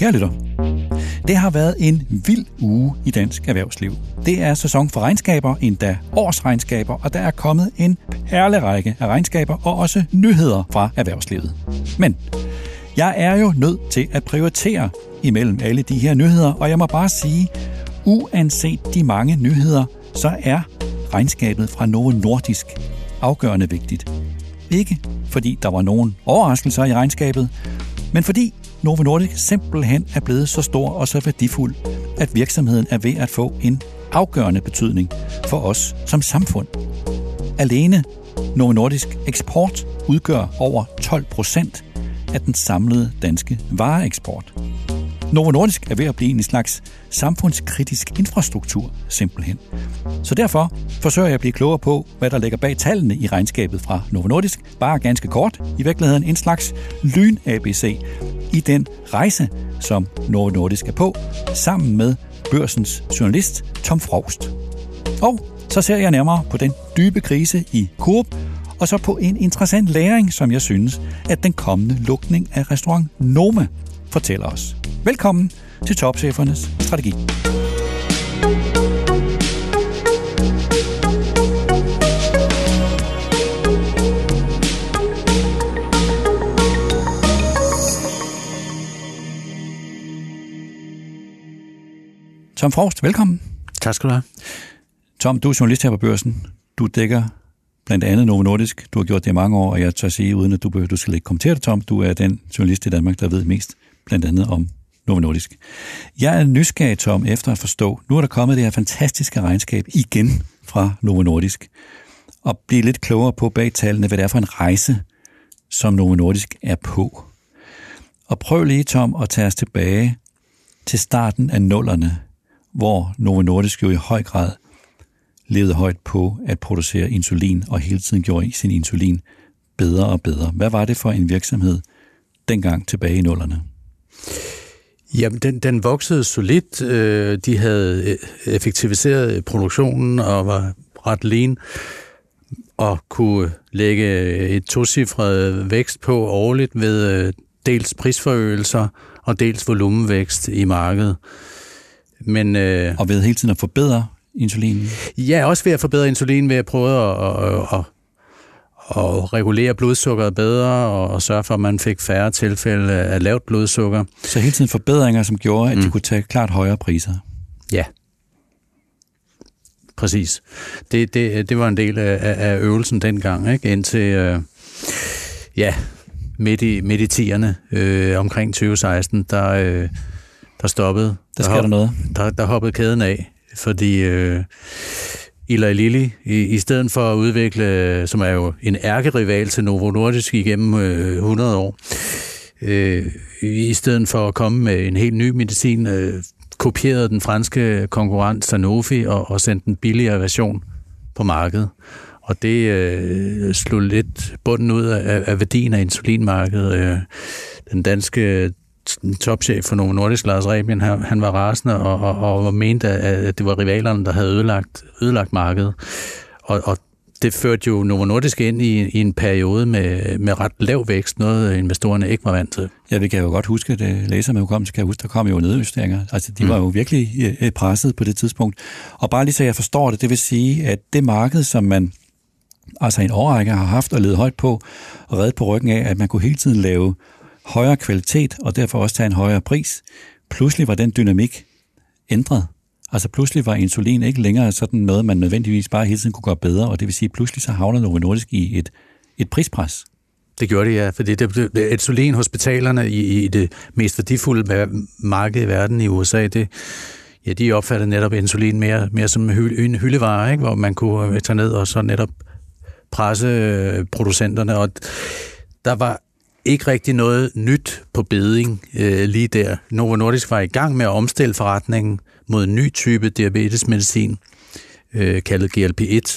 Kære lytter, det har været en vild uge i dansk erhvervsliv. Det er sæson for regnskaber, endda årsregnskaber, og der er kommet en perlerække af regnskaber og også nyheder fra erhvervslivet. Men jeg er jo nødt til at prioritere imellem alle de her nyheder, og jeg må bare sige, uanset de mange nyheder, så er regnskabet fra Novo Nordisk afgørende vigtigt. Ikke fordi der var nogen overraskelser i regnskabet, men fordi Novo Nordisk simpelthen er blevet så stor og så værdifuld, at virksomheden er ved at få en afgørende betydning for os som samfund. Alene Novo Nordisk eksport udgør over 12% af den samlede danske vareeksport. Novo Nordisk er ved at blive en slags samfundskritisk infrastruktur, simpelthen. Så derfor forsøger jeg at blive klogere på, hvad der ligger bag tallene i regnskabet fra Novo Nordisk. Bare ganske kort, i virkeligheden en slags lyn-ABC i den rejse, som Novo Nordisk er på, sammen med Børsens journalist Tom Frost. Og så ser jeg nærmere på den dybe krise i Coop, og så på en interessant læring, som jeg synes, at den kommende lukning af restaurant Noma fortæller os. Velkommen til Topchefernes Strategi. Tom Frost, velkommen. Tak skal du have. Tom, du er journalist her på Børsen. Du dækker blandt andet Novo Nordisk. Du har gjort det i mange år, og jeg tør sige, uden at du skal ikke kommentere det, Tom, du er den journalist i Danmark, der ved mest blandt andet om Novo Nordisk. Jeg er nysgerrig, Tom, efter at forstå, nu er der kommet det her fantastiske regnskab igen fra Novo Nordisk, og blive lidt klogere på bag tallene, hvad det er for en rejse, som Novo Nordisk er på. Og prøv lige, Tom, at tage os tilbage til starten af 00'erne, hvor Novo Nordisk jo i høj grad levede højt på at producere insulin, og hele tiden gjorde sin insulin bedre og bedre. Hvad var det for en virksomhed dengang tilbage i 00'erne? Jamen, den voksede solidt. De havde effektiviseret produktionen og var ret lean og kunne lægge et tocifret vækst på årligt ved dels prisforøgelser og dels volumenvækst i markedet. Men, og ved hele tiden at forbedre insulinen? Ja, også ved at forbedre insulinen, ved at prøve at regulere blodsukkeret bedre og sørge for, at man fik færre tilfælde af lavt blodsukker. Så hele tiden forbedringer, som gjorde, at de kunne tage klart højere priser? Ja, præcis. Det var en del af øvelsen dengang, ikke? Indtil midt i 10'erne, omkring 2016, der stoppede. Der hoppede kæden af, fordi Eli Lilly, i stedet for at udvikle, som er jo en ærkerival til Novo Nordisk igennem 100 år, i stedet for at komme med en helt ny medicin, kopierede den franske konkurrent Sanofi og sendte en billigere version på markedet. Og det slog lidt bunden ud af værdien af insulinmarkedet. Den danske topchef for Novo Nordisk, Lars Rebien, han var rasende og mente, at det var rivalerne, der havde ødelagt markedet. Og det førte jo Novo Nordisk ind i en periode med ret lav vækst, noget investorerne ikke var vant til. Ja, vi kan jo godt huske, at læser med hukommelse kan huske, der kom jo nedjusteringer. Altså, de var jo virkelig presset på det tidspunkt. Og bare lige så jeg forstår det, det vil sige, at det marked, som man altså en årrække har haft og levet højt på, og reddet på ryggen af, at man kunne hele tiden lave højere kvalitet, og derfor også tage en højere pris. Pludselig var den dynamik ændret. Altså pludselig var insulin ikke længere sådan noget, man nødvendigvis bare hele tiden kunne gøre bedre, og det vil sige, pludselig så havner Novo Nordisk i et prispres. Det gjorde det, ja, fordi insulinhospitalerne i det mest værdifulde marked i verden i USA, de opfattede netop insulin mere som en hyldevare, ikke? Hvor man kunne tage ned og så netop presse producenterne, og der var ikke rigtig noget nyt på beding lige der. Novo Nordisk var i gang med at omstille forretningen mod en ny type diabetesmedicin, kaldet GLP-1.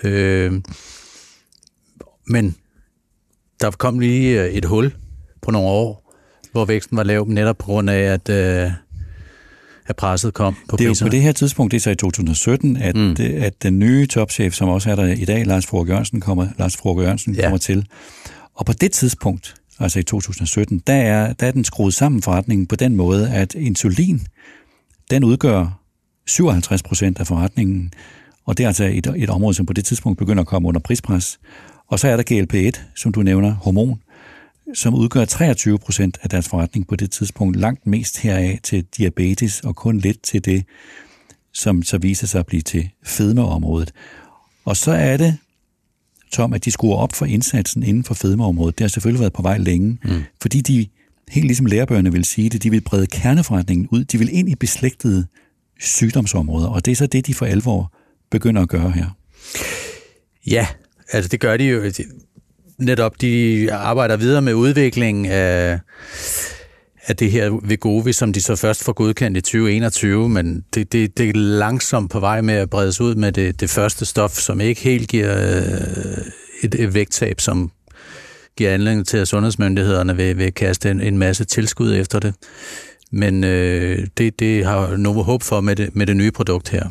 Men der kom lige et hul på nogle år, hvor væksten var lav, netop på grund af, at presset kom på priserne. Det er jo på det her tidspunkt, det er så i 2017, at den nye topchef, som også er der i dag, Lars Fruergaard Jørgensen, kommer til. Og på det tidspunkt, altså i 2017, der er den skruet sammen forretningen på den måde, at insulin, den udgør 57% af forretningen, og det er altså et område, som på det tidspunkt begynder at komme under prispres. Og så er der GLP-1, som du nævner, hormon, som udgør 23% af deres forretning på det tidspunkt, langt mest heraf til diabetes, og kun lidt til det, som så viser sig at blive til fedmeområdet. Og så er det, Tom, at de skruer op for indsatsen inden for fedmeområdet. Det har selvfølgelig været på vej længe, fordi de, helt ligesom lærebøgerne vil sige det, de vil brede kerneforretningen ud, de vil ind i beslægtede sygdomsområder, og det er så det, de for alvor begynder at gøre her. Ja, altså det gør de jo. Netop, de arbejder videre med udviklingen af det her Wegovy, som de så først får godkendt i 2021, men det er langsomt på vej med at bredes ud med det første stof, som ikke helt giver et vægttab, som giver anledning til, at sundhedsmyndighederne vil kaste en masse tilskud efter det. Men det har Novo håb for med det nye produkt her.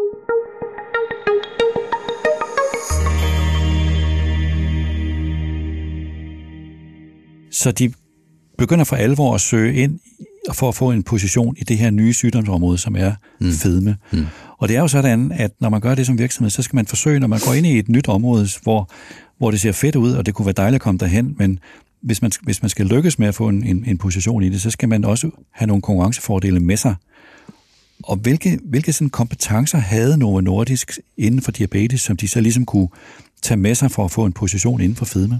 Så de begynder for alvor at søge ind for at få en position i det her nye sygdomsområde, som er fedme. Og det er jo sådan, at når man gør det som virksomhed, så skal man forsøge, når man går ind i et nyt område, hvor det ser fedt ud, og det kunne være dejligt at komme derhen, men hvis man skal lykkes med at få en position i det, så skal man også have nogle konkurrencefordele med sig. Og hvilke sådan kompetencer havde Novo Nordisk inden for diabetes, som de så ligesom kunne tage med sig for at få en position inden for fedme?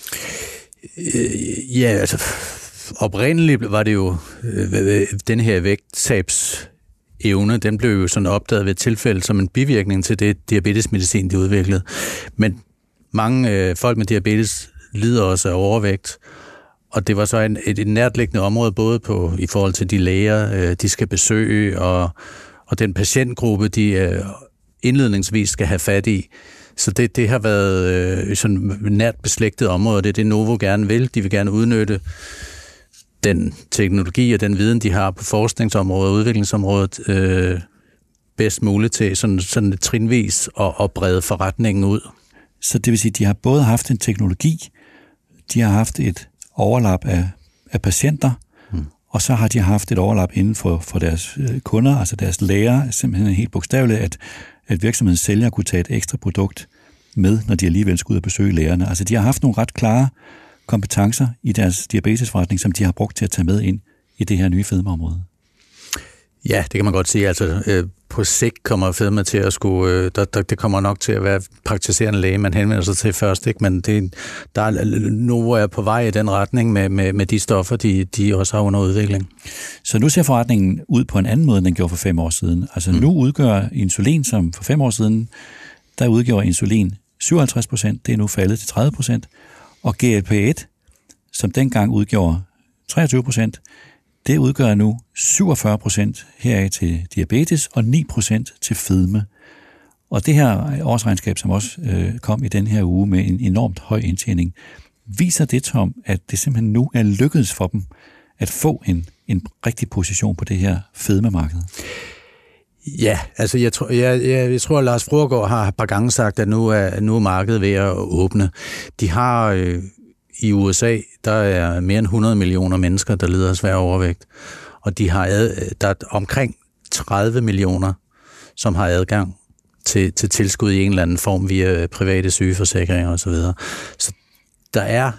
Ja, altså oprindeligt var det jo den her vægttabsevne, den blev jo sådan opdaget ved et tilfælde som en bivirkning til det diabetesmedicin, de udviklede. Men mange folk med diabetes lider også af overvægt, og det var så et nærtliggende område, både i forhold til de læger, de skal besøge, og den patientgruppe, de indledningsvis skal have fat i. Så det har været sådan et nært beslægtet område, og det er det, Novo gerne vil. De vil gerne udnytte den teknologi og den viden, de har på forskningsområdet og udviklingsområdet bedst muligt til sådan et trinvis og brede forretningen ud. Så det vil sige, at de har både haft en teknologi, de har haft et overlap af patienter, og så har de haft et overlap inden for deres kunder, altså deres læger, simpelthen helt bogstaveligt, at virksomhedens sælger kunne tage et ekstra produkt med, når de alligevel skulle ud og besøge lægerne. Altså de har haft nogle ret klare kompetencer i deres diabetesforretning, som de har brugt til at tage med ind i det her nye fedmeområde. Ja, det kan man godt sige. Altså på sigt kommer fedme til at skulle, det kommer nok til at være praktiserende læge, man henvender sig til først, ikke? Men Novo er på vej i den retning med de stoffer, de også har under udvikling. Så nu ser forretningen ud på en anden måde, end den gjorde for 5 år siden. Altså nu udgør insulin, som for 5 år siden, der udgjorde insulin 57%, det er nu faldet til 30%, og GLP-1, som dengang udgjorde 23%, det udgør nu 47% heraf til diabetes og 9% til fedme. Og det her årsregnskab, som også kom i den her uge med en enormt høj indtjening, viser det, Tom, at det simpelthen nu er lykkedes for dem at få en rigtig position på det her fedmemarked. Ja, altså jeg tror, at Lars Fruergaard har et par gange sagt, at nu er markedet ved at åbne. De har i USA, der er mere end 100 millioner mennesker, der lider af svær overvægt, og der er omkring 30 millioner, som har adgang til tilskud i en eller anden form via private sygeforsikringer osv. Så der er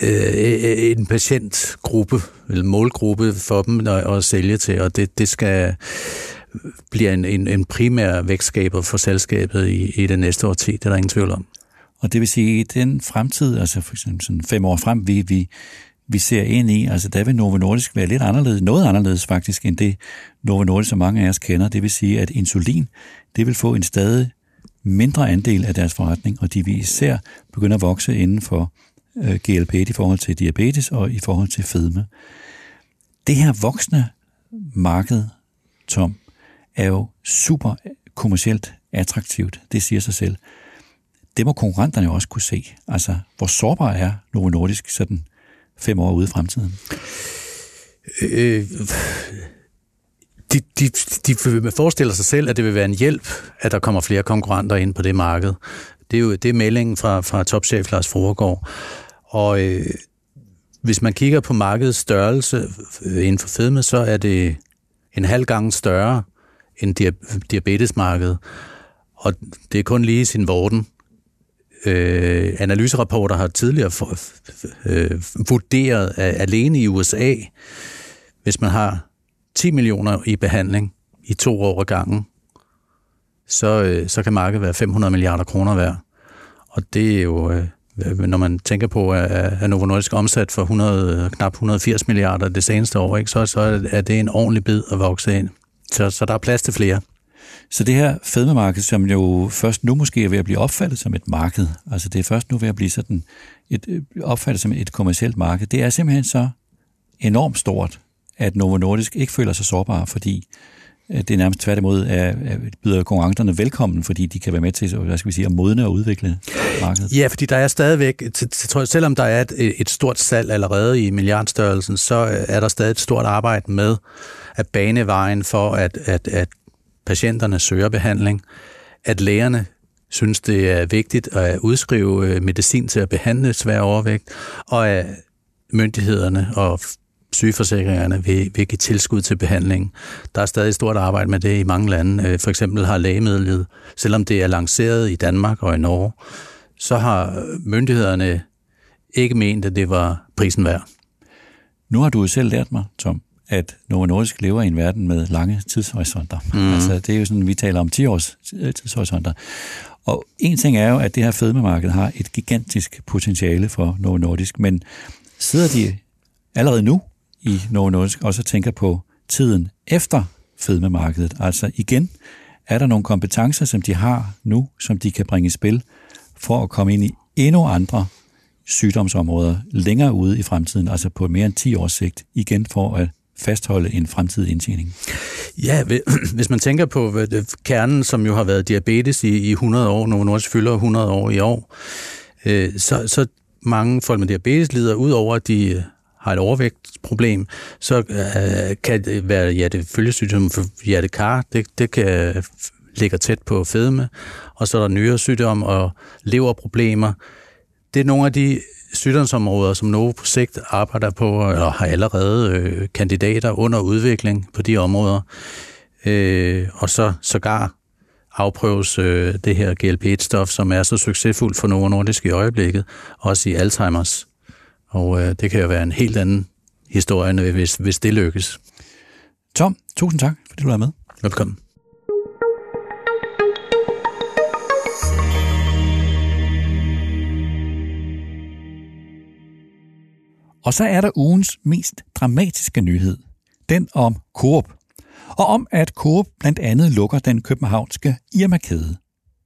en patientgruppe, eller målgruppe for dem at sælge til, og det skal blive en primær vækstskaber for selskabet i det næste årti, det er der ingen tvivl om. Og det vil sige, at den fremtid, altså for eksempel sådan 5 år frem, vi ser ind i, altså der vil Novo Nordisk være lidt anderledes, noget anderledes faktisk, end det Novo Nordisk, som mange af os kender. Det vil sige, at insulin, det vil få en stadig mindre andel af deres forretning, og de vil især begynde at vokse inden for GLP-1 i forhold til diabetes og i forhold til fedme. Det her voksne marked, Tom, er jo super kommercielt attraktivt. Det siger sig selv. Det må konkurrenterne jo også kunne se. Altså, hvor sårbar er Novo Nordisk sådan 5 år ude i fremtiden? De forestiller sig selv, at det vil være en hjælp, at der kommer flere konkurrenter ind på det marked. Det er meldingen fra topchef Lars Fruergaard. Og hvis man kigger på markedets størrelse inden for fedme, så er det en halv gang større end diabetesmarkedet. Og det er kun lige i sin vorden. Analyserapporter har tidligere vurderet, at alene i USA, hvis man har 10 millioner i behandling i 2 år ad gangen, så kan markedet være 500 milliarder kroner værd. Og det er jo, når man tænker på, at Novo Nordisk omsat for knap 180 milliarder det seneste år, ikke, så er det en ordentlig bid at vokse ind. Så der er plads til flere. Så det her fedmemarked, som jo først nu måske er ved at blive opfattet som et marked, altså det er først nu ved at blive sådan opfattet som et kommercielt marked, det er simpelthen så enormt stort, at Novo Nordisk ikke føler sig sårbare, fordi det er nærmest tværtimod at byder konkurrenterne velkommen, fordi de kan være med til, hvad skal vi sige, at modne og udvikle markedet. Ja, fordi der er stadigvæk, selvom der er et stort salg allerede i milliardstørrelsen, så er der stadig et stort arbejde med at bane vejen for, at patienterne søger behandling, at lægerne synes, det er vigtigt at udskrive medicin til at behandle svær overvægt, og at myndighederne og sygeforsikringerne vil give tilskud til behandling. Der er stadig et stort arbejde med det i mange lande. For eksempel har lægemidlet, selvom det er lanceret i Danmark og i Norge, så har myndighederne ikke ment, at det var prisen værd. Nu har du jo selv lært mig, Tom, at Novo Nordisk lever i en verden med lange tidshorisonter. Altså, det er jo sådan, vi taler om 10 års tidshorisonter. Og en ting er jo, at det her fedmemarked har et gigantisk potentiale for Novo Nordisk, men sidder de allerede nu i Novo Nordisk også tænker på tiden efter fedmemarkedet? Altså igen, er der nogle kompetencer, som de har nu, som de kan bringe i spil for at komme ind i endnu andre sygdomsområder længere ude i fremtiden, altså på mere end 10 års sigt, igen for at fastholde en fremtidig indtjening? Ja, hvis man tænker på kernen, som jo har været diabetes i 100 år, Novo Nordisk fylder 100 år i år, så mange folk med diabetes lider, ud over at de har et overvægtsproblem, så kan det være følgesygdom for hjertekar, det kan ligge tæt på fedme, og så er der nyresygdom og leverproblemer. Det er nogle af de sygdomsområder, som Novo på sigt arbejder på, og har allerede kandidater under udvikling på de områder. Og så sågar afprøves det her GLP-1-stof, som er så succesfuldt for Novo Nordisk i øjeblikket, også i Alzheimers. Og det kan jo være en helt anden historie, hvis det lykkes. Tom, tusind tak, fordi du er med. Velkommen. Og så er der ugens mest dramatiske nyhed. Den om Coop. Og om, at Coop blandt andet lukker den københavnske Irma-kæde.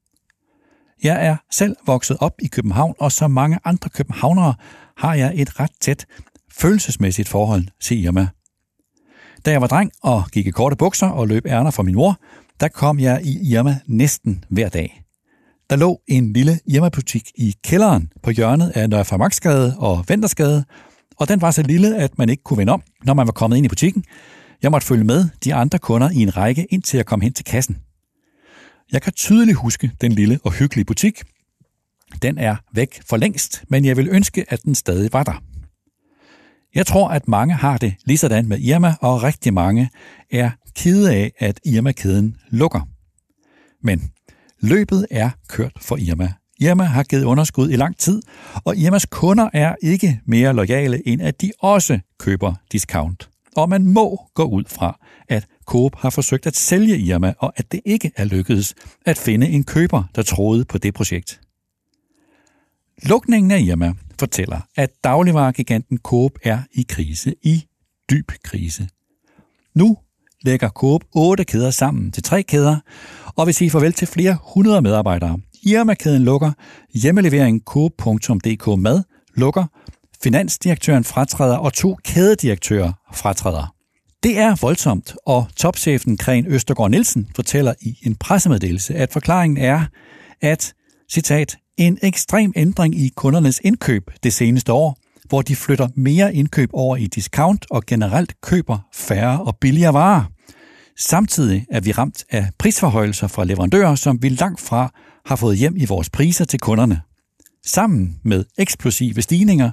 Jeg er selv vokset op i København, og som mange andre københavnere har jeg et ret tæt følelsesmæssigt forhold til Irma. Da jeg var dreng og gik i korte bukser og løb ærner for min mor, der kom jeg i Irma næsten hver dag. Der lå en lille Irma-butik i kælderen på hjørnet af Nørre Farimagsgade og Ventersgade, og den var så lille, at man ikke kunne vende om, når man var kommet ind i butikken. Jeg måtte følge med de andre kunder i en række, indtil jeg kom hen til kassen. Jeg kan tydeligt huske den lille og hyggelige butik. Den er væk for længst, men jeg vil ønske, at den stadig var der. Jeg tror, at mange har det lige sådan med Irma, og rigtig mange er kede af, at Irma-kæden lukker. Men løbet er kørt for Irma. Irma har givet underskud i lang tid, og Irmas kunder er ikke mere loyale, end at de også køber discount. Og man må gå ud fra, at Coop har forsøgt at sælge Irma, og at det ikke er lykkedes at finde en køber, der troede på det projekt. Lukningen af Irma fortæller, at dagligvaregiganten Coop er i krise, i dyb krise. Nu lægger Coop 8 kæder sammen til 3 kæder, og vil sige farvel til flere 100 medarbejdere. Irma-kæden lukker, hjemmelevering Coop.dk Mad lukker, finansdirektøren fratræder, og 2 kædedirektører fratræder. Det er voldsomt, og topchefen Kren Østergaard Nielsen fortæller i en pressemeddelelse, at forklaringen er, at, citat, en ekstrem ændring i kundernes indkøb det seneste år, hvor de flytter mere indkøb over i discount og generelt køber færre og billigere varer. Samtidig er vi ramt af prisforhøjelser fra leverandører, som vi langt fra har fået hjem i vores priser til kunderne. Sammen med eksplosive stigninger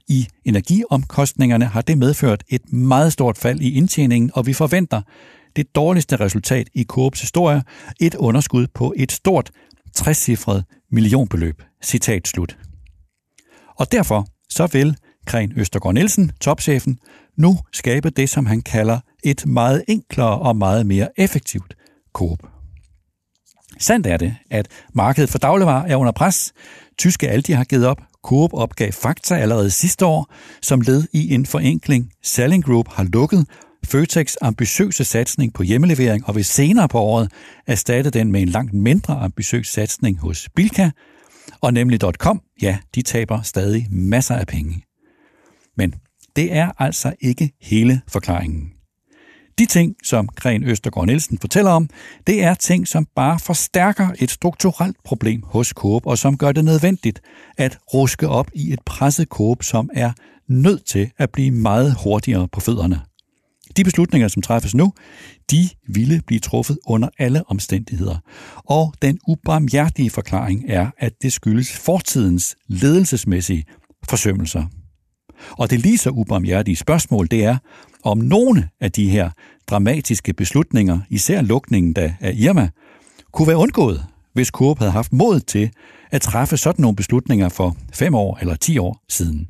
I energiomkostningerne har det medført et meget stort fald i indtjeningen, og vi forventer det dårligste resultat i Coops historie, et underskud på et stort 60-cifret millionbeløb. Citat slut. Og derfor så vil Kren Østergaard Nielsen, topchefen, nu skabe det, som han kalder et meget enklere og meget mere effektivt Coop. Sandt er det, at markedet for dagligvarer er under pres. Tyske Aldi har givet op. Coop opgav Fakta allerede sidste år som led i en forenkling. Salling Group har lukket. Føtex ambitiøse satsning på hjemmelevering og vil senere på året erstatte den med en langt mindre ambitiøs satsning hos Bilka. Og nemlig .com, ja, de taber stadig masser af penge. Men det er altså ikke hele forklaringen. De ting, som Kren Østergaard Nielsen fortæller om, det er ting, som bare forstærker et strukturelt problem hos Coop, og som gør det nødvendigt at ruske op i et presset Coop, som er nødt til at blive meget hurtigere på fødderne. De beslutninger, som træffes nu, de ville blive truffet under alle omstændigheder. Og den ubarmhjertige forklaring er, at det skyldes fortidens ledelsesmæssige forsømmelser. Og det lige så ubarmhjertige spørgsmål, det er, om nogle af de her dramatiske beslutninger, især lukningen af Irma, kunne være undgået, hvis Coop havde haft mod til at træffe sådan nogle beslutninger for 5 år eller 10 år siden.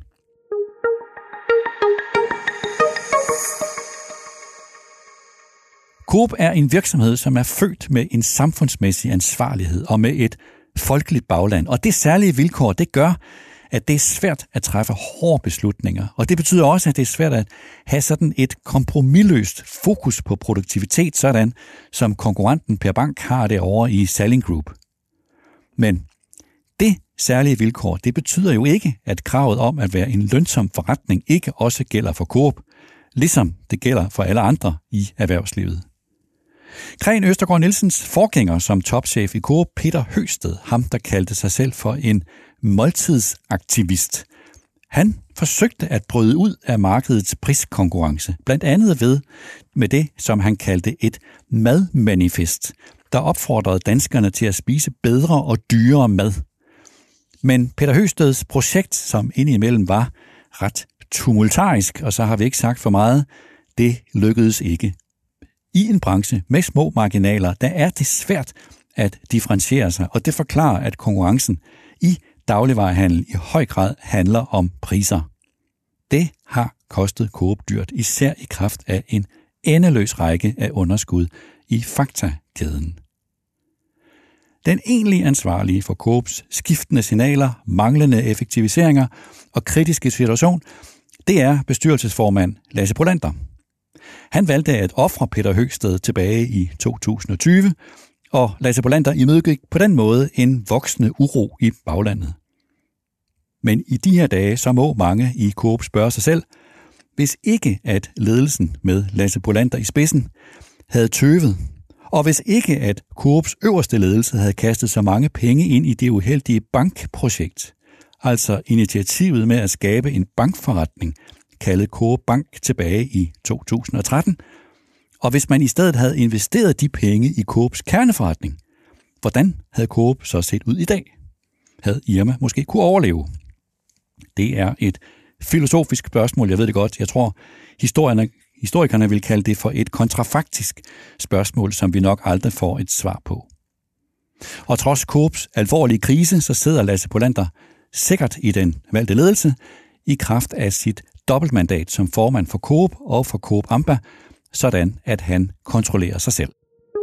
Coop er en virksomhed, som er født med en samfundsmæssig ansvarlighed og med et folkeligt bagland. Og det særlige vilkår, det gør, at det er svært at træffe hårde beslutninger. Og det betyder også, at det er svært at have sådan et kompromisløst fokus på produktivitet, sådan som konkurrenten Per Bank har det over i Salling Group. Men det særlige vilkår, det betyder jo ikke, at kravet om at være en lønsom forretning ikke også gælder for Coop, ligesom det gælder for alle andre i erhvervslivet. Kren Østergaard Nielsens forgænger som topchef i Coop, Peter Høgsted, ham der kaldte sig selv for en måltidsaktivist. Han forsøgte at bryde ud af markedets priskonkurrence, blandt andet ved med det, som han kaldte et madmanifest, der opfordrede danskerne til at spise bedre og dyrere mad. Men Peter Høgsteds projekt, som indimellem var ret tumultarisk, og så har vi ikke sagt for meget, det lykkedes ikke. I en branche med små marginaler, der er det svært at differentiere sig, og det forklarer, at konkurrencen i dagligvarehandel i høj grad handler om priser. Det har kostet Coop dyrt, især i kraft af en endeløs række af underskud i Fakta-kæden. Den egentlige ansvarlige for Coops skiftende signaler, manglende effektiviseringer og kritiske situation, det er bestyrelsesformand Lasse Brolander. Han valgte at ofre Peter Høgsted tilbage i 2020, og Lasse Brolander imødegik på den måde en voksende uro i baglandet. Men i de her dage, så må mange i Coop spørge sig selv, hvis ikke at ledelsen med Lasse Brolander i spidsen havde tøvet, og hvis ikke at Coops øverste ledelse havde kastet så mange penge ind i det uheldige bankprojekt, altså initiativet med at skabe en bankforretning, kaldet Coop Bank tilbage i 2013, og hvis man i stedet havde investeret de penge i Coops kerneforretning, hvordan havde Coop så set ud i dag? Havde Irma måske kunne overleve? Det er et filosofisk spørgsmål, jeg ved det godt. Jeg tror, historikerne vil kalde det for et kontrafaktisk spørgsmål, som vi nok aldrig får et svar på. Og trods Coops alvorlige krise, så sidder Lasse Brolander sikkert i den valgte ledelse i kraft af sit dobbeltmandat som formand for Coop og for Coop Amba, sådan at han kontrollerer sig selv.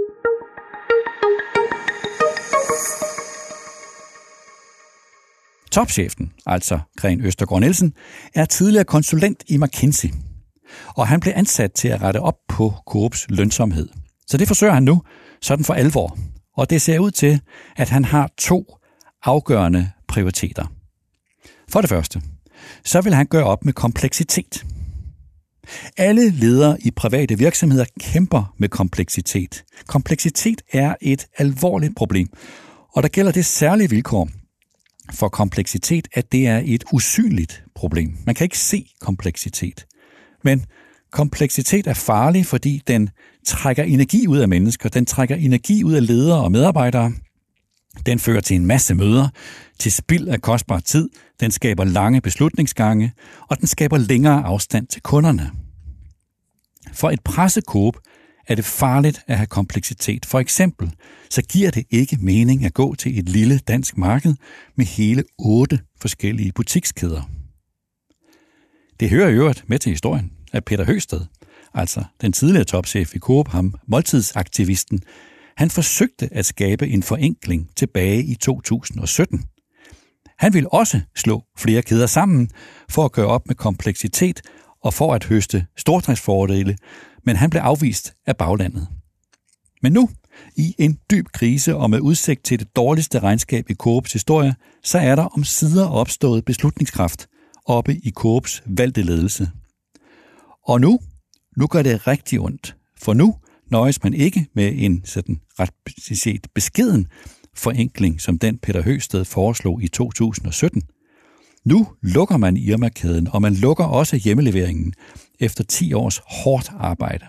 Topchefen, altså Kren Østergaard Nielsen, er tidligere konsulent i McKinsey, og han blev ansat til at rette op på Coops lønsomhed. Så det forsøger han nu, sådan for alvor, og det ser ud til, at han har 2 afgørende prioriteter. For det første, så vil han gøre op med kompleksitet. Alle ledere i private virksomheder kæmper med kompleksitet. Kompleksitet er et alvorligt problem, og der gælder det særlige vilkår for kompleksitet, at det er et usynligt problem. Man kan ikke se kompleksitet. Men kompleksitet er farlig, fordi den trækker energi ud af mennesker, den trækker energi ud af ledere og medarbejdere, Den fører til en masse møder, til spild af kostbar tid, den skaber lange beslutningsgange, og den skaber længere afstand til kunderne. For et pressecoop er det farligt at have kompleksitet. For eksempel, så giver det ikke mening at gå til et lille dansk marked med hele 8 forskellige butikskæder. Det hører i øvrigt med til historien, at Peter Høgsted, altså den tidligere topchef i Coop, ham måltidsaktivisten, han forsøgte at skabe en forenkling tilbage i 2017. Han ville også slå flere kæder sammen for at gøre op med kompleksitet og for at høste stordriftsfordele, men han blev afvist af baglandet. Men nu, i en dyb krise og med udsigt til det dårligste regnskab i Coops historie, så er der omsider opstået beslutningskraft oppe i Coops valgte ledelse. Og nu gør det rigtig ondt, for nu nøjes man ikke med en sådan ret set beskeden forenkling, som den Peter Høgsted foreslog i 2017. Nu lukker man Irma-kæden, og man lukker også hjemmeleveringen efter 10 års hårdt arbejde.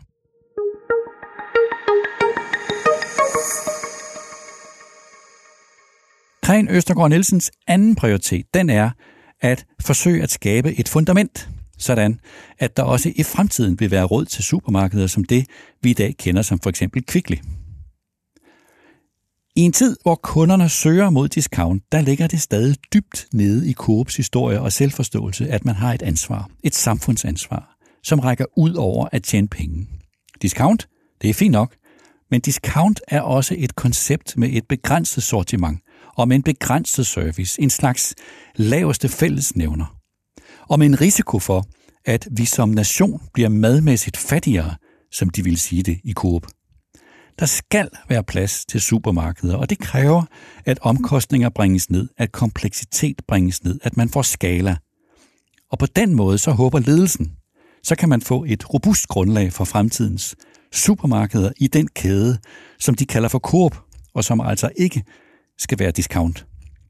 Kren Østergaard Nielsens anden prioritet, den er at forsøge at skabe et fundament, sådan at der også i fremtiden vil være råd til supermarkeder som det, vi i dag kender som for eksempel Kvickly. I en tid, hvor kunderne søger mod discount, der ligger det stadig dybt nede i Coops historie og selvforståelse, at man har et ansvar, et samfundsansvar, som rækker ud over at tjene penge. Discount, det er fint nok, men discount er også et koncept med et begrænset sortiment og med en begrænset service, en slags laveste fællesnævner, og med en risiko for, at vi som nation bliver madmæssigt fattigere, som de vil sige det i Coop. Der skal være plads til supermarkeder, og det kræver, at omkostninger bringes ned, at kompleksitet bringes ned, at man får skala. Og på den måde så håber ledelsen, så kan man få et robust grundlag for fremtidens supermarkeder i den kæde, som de kalder for Coop, og som altså ikke skal være discount.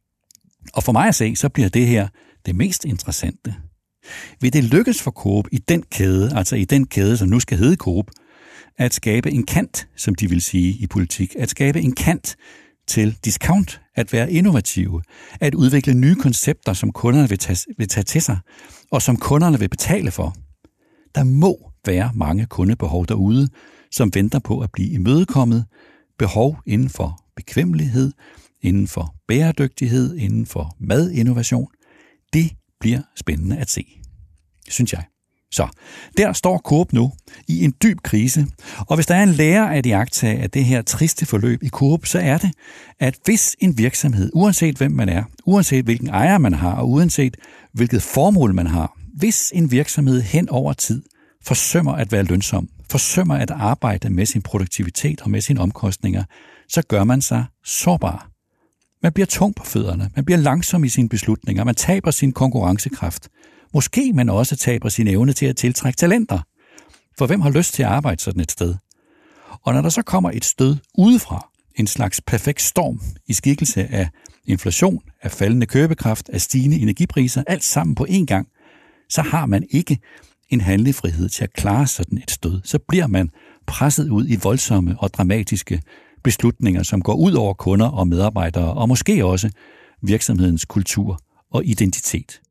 Og for mig at se, så bliver det her det mest interessante. Vil det lykkes for Coop i den kæde, altså i den kæde, som nu skal hedde Coop, at skabe en kant, som de vil sige i politik, at skabe en kant til discount, at være innovative, at udvikle nye koncepter, som kunderne vil tage til sig, og som kunderne vil betale for. Der må være mange kundebehov derude, som venter på at blive imødekommet, behov inden for bekvemmelighed, inden for bæredygtighed, inden for madinnovation. Det bliver spændende at se, synes jeg. Så, der står Coop nu i en dyb krise, og hvis der er en lære at iagttage af det her triste forløb i Coop, så er det, at hvis en virksomhed, uanset hvem man er, uanset hvilken ejer man har, og uanset hvilket formål man har, hvis en virksomhed hen over tid forsømmer at være lønsom, forsømmer at arbejde med sin produktivitet og med sine omkostninger, så gør man sig sårbar. Man bliver tung på fødderne, man bliver langsom i sine beslutninger, man taber sin konkurrencekraft. Måske man også taber sin evne til at tiltrække talenter. For hvem har lyst til at arbejde sådan et sted? Og når der så kommer et stød udefra, en slags perfekt storm i skikkelse af inflation, af faldende købekraft, af stigende energipriser, alt sammen på én gang, så har man ikke en handlefrihed til at klare sådan et stød. Så bliver man presset ud i voldsomme og dramatiske beslutninger, som går ud over kunder og medarbejdere, og måske også virksomhedens kultur og identitet.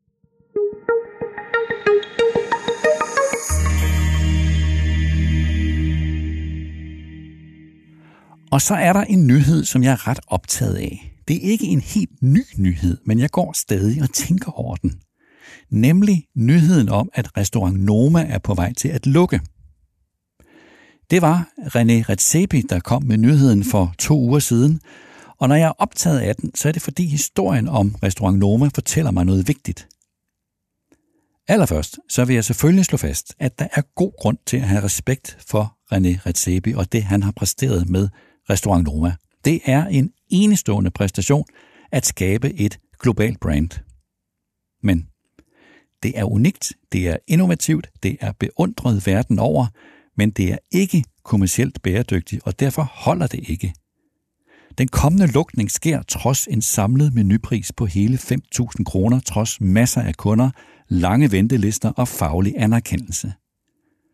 Og så er der en nyhed, som jeg er ret optaget af. Det er ikke en helt ny nyhed, men jeg går stadig og tænker over den. Nemlig nyheden om, at Restaurant Noma er på vej til at lukke. Det var René Redzepi, der kom med nyheden for 2 uger siden, og når jeg er optaget af den, så er det fordi historien om Restaurant Noma fortæller mig noget vigtigt. Allerførst så vil jeg selvfølgelig slå fast, at der er god grund til at have respekt for René Redzepi og det, han har præsteret med Restaurant Noma. Det er en enestående præstation at skabe et globalt brand. Men det er unikt, det er innovativt, det er beundret verden over, men det er ikke kommercielt bæredygtigt, og derfor holder det ikke. Den kommende lukning sker trods en samlet menupris på hele 5.000 kroner, trods masser af kunder, lange ventelister og faglig anerkendelse.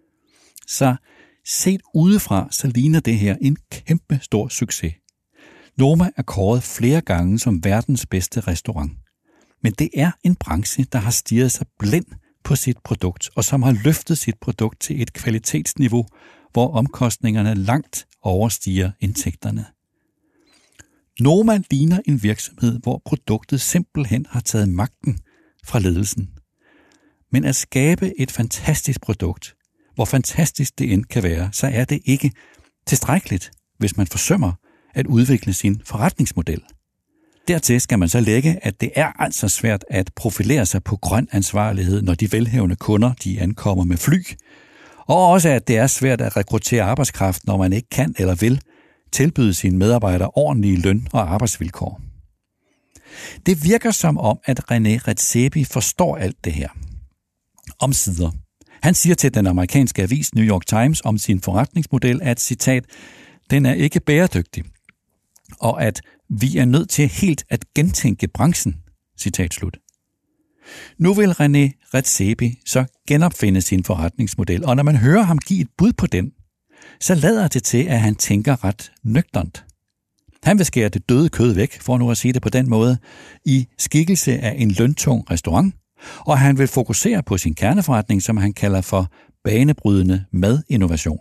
Så set udefra, så ligner det her en kæmpe stor succes. Noma er kåret flere gange som verdens bedste restaurant. Men det er en branche, der har stirret sig blind på sit produkt, og som har løftet sit produkt til et kvalitetsniveau, hvor omkostningerne langt overstiger indtægterne. Noma ligner en virksomhed, hvor produktet simpelthen har taget magten fra ledelsen. Men at skabe et fantastisk produkt, hvor fantastisk det end kan være, så er det ikke tilstrækkeligt, hvis man forsømmer at udvikle sin forretningsmodel. Dertil skal man så lægge, at det er altså svært at profilere sig på grøn ansvarlighed, når de velhavende kunder de ankommer med fly, og også at det er svært at rekruttere arbejdskraft, når man ikke kan eller vil tilbyde sine medarbejdere ordentlige løn- og arbejdsvilkår. Det virker som om, at René Redzepi forstår alt det her. Omsider. Han siger til den amerikanske avis New York Times om sin forretningsmodel, at, citat, den er ikke bæredygtig, og at vi er nødt til helt at gentænke branchen, citat slut. Nu vil René Redzepi så genopfinde sin forretningsmodel, og når man hører ham give et bud på den, så lader det til, at han tænker ret nøgternt. Han vil skære det døde kød væk, for nu at sige det på den måde, i skikkelse af en løntung restaurant, og han vil fokusere på sin kerneforretning, som han kalder for banebrydende madinnovation.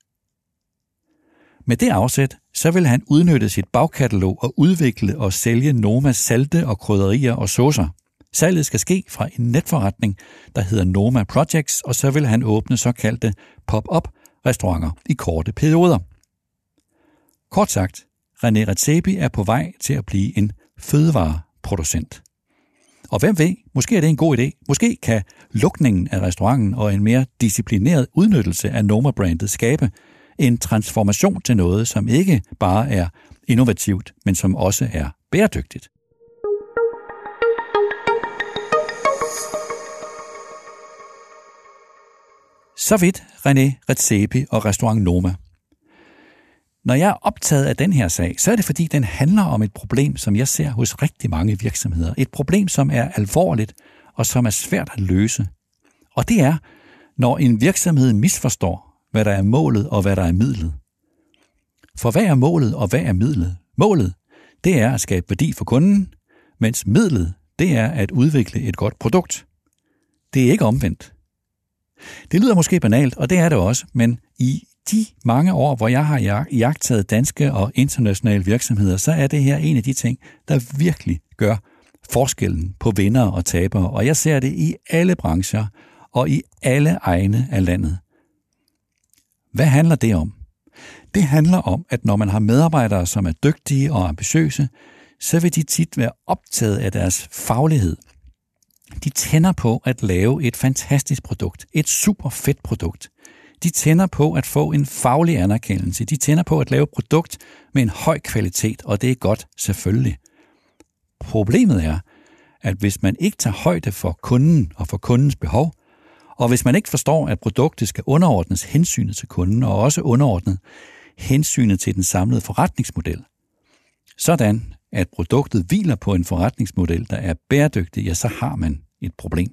Med det afsæt, så vil han udnytte sit bagkatalog og udvikle og sælge Nomas salte og krydderier og saucer. Salget skal ske fra en netforretning, der hedder Noma Projects, og så vil han åbne såkaldte pop-up restauranter i korte perioder. Kort sagt, René Redzepi er på vej til at blive en fødevareproducent. Og hvem ved, måske er det en god idé. Måske kan lukningen af restauranten og en mere disciplineret udnyttelse af Noma-brandet skabe en transformation til noget, som ikke bare er innovativt, men som også er bæredygtigt. Så vidt René Redzepi og restaurant Noma. Når jeg er optaget af den her sag, så er det fordi, den handler om et problem, som jeg ser hos rigtig mange virksomheder. Et problem, som er alvorligt og som er svært at løse. Og det er, når en virksomhed misforstår, hvad der er målet og hvad der er midlet. For hvad er målet og hvad er midlet? Målet, det er at skabe værdi for kunden, mens midlet, det er at udvikle et godt produkt. Det er ikke omvendt. Det lyder måske banalt, og det er det også, men i de mange år, hvor jeg har iagttaget danske og internationale virksomheder, så er det her en af de ting, der virkelig gør forskellen på vindere og tabere, og jeg ser det i alle brancher og i alle egne af landet. Hvad handler det om? Det handler om, at når man har medarbejdere, som er dygtige og ambitiøse, så vil de tit være optaget af deres faglighed. De tænder på at lave et fantastisk produkt, et super fedt produkt. De tænder på at få en faglig anerkendelse. De tænder på at lave et produkt med en høj kvalitet, og det er godt selvfølgelig. Problemet er, at hvis man ikke tager højde for kunden og for kundens behov, og hvis man ikke forstår, at produktet skal underordnes hensynet til kunden og også underordnet hensynet til den samlede forretningsmodel, sådan at produktet hviler på en forretningsmodel, der er bæredygtig, ja, så har man et problem.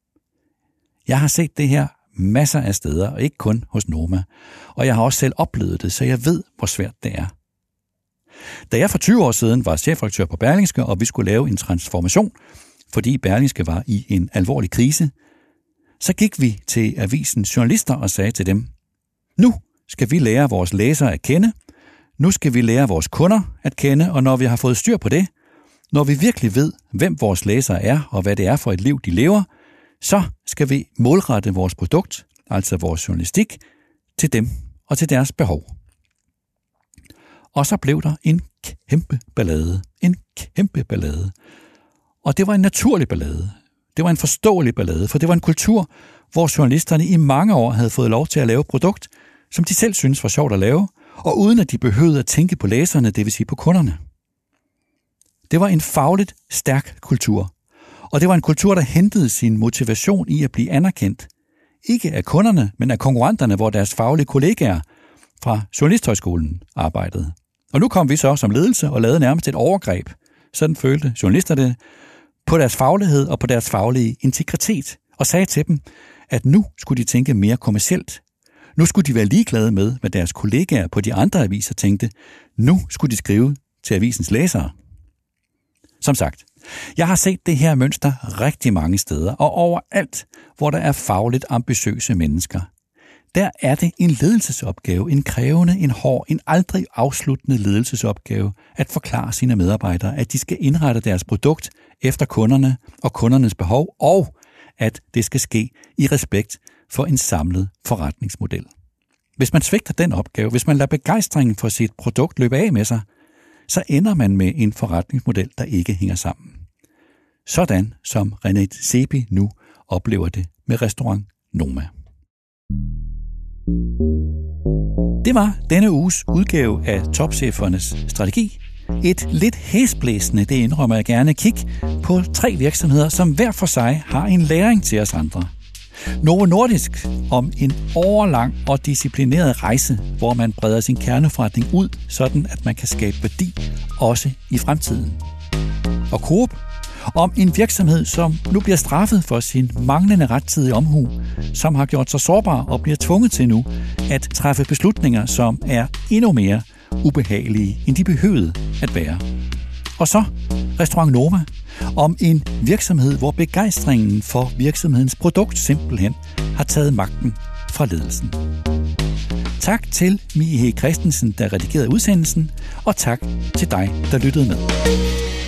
Jeg har set det her masser af steder, og ikke kun hos Noma, og jeg har også selv oplevet det, så jeg ved, hvor svært det er. Da jeg for 20 år siden var chefredaktør på Berlingske, og vi skulle lave en transformation, fordi Berlingske var i en alvorlig krise, så gik vi til avisens journalister og sagde til dem, nu skal vi lære vores læsere at kende, nu skal vi lære vores kunder at kende, og når vi har fået styr på det, når vi virkelig ved, hvem vores læsere er, og hvad det er for et liv, de lever, så skal vi målrette vores produkt, altså vores journalistik, til dem og til deres behov. Og så blev der en kæmpe ballade. Og det var en naturlig ballade. Det var en forståelig ballade, for det var en kultur, hvor journalisterne i mange år havde fået lov til at lave et produkt, som de selv syntes var sjovt at lave, og uden at de behøvede at tænke på læserne, det vil sige på kunderne. Det var en fagligt stærk kultur, og det var en kultur, der hentede sin motivation i at blive anerkendt. Ikke af kunderne, men af konkurrenterne, hvor deres faglige kollegaer fra Journalisthøjskolen arbejdede. Og nu kom vi så som ledelse og lavede nærmest et overgreb. Sådan følte journalister det, på deres faglighed og på deres faglige integritet, og sagde til dem, at nu skulle de tænke mere kommercielt. Nu skulle de være ligeglade med, hvad deres kollegaer på de andre aviser tænkte. Nu skulle de skrive til avisens læsere. Som sagt, jeg har set det her mønster rigtig mange steder, og overalt, hvor der er fagligt ambitiøse mennesker. Der er det en ledelsesopgave, en krævende, en hård, en aldrig afsluttende ledelsesopgave at forklare sine medarbejdere, at de skal indrette deres produkt efter kunderne og kundernes behov, og at det skal ske i respekt for en samlet forretningsmodel. Hvis man svigter den opgave, hvis man lader begejstringen for sit produkt løbe af med sig, så ender man med en forretningsmodel, der ikke hænger sammen. Sådan som René Sebi nu oplever det med Restaurant Noma. Det var denne uges udgave af Topchefernes Strategi. Et lidt hæsblæsende, det indrømmer jeg gerne, kig på 3 virksomheder, som hver for sig har en læring til os andre. Novo Nordisk om en årelang og disciplineret rejse, hvor man breder sin kerneforretning ud, sådan at man kan skabe værdi også i fremtiden. Og Coop om en virksomhed, som nu bliver straffet for sin manglende rettidige omhu, som har gjort sig sårbar og bliver tvunget til nu at træffe beslutninger, som er endnu mere ubehagelige, end de behøvede at være. Og så Restaurant Noma om en virksomhed, hvor begejstringen for virksomhedens produkt simpelthen har taget magten fra ledelsen. Tak til Mie Christensen, der redigerede udsendelsen, og tak til dig, der lyttede med.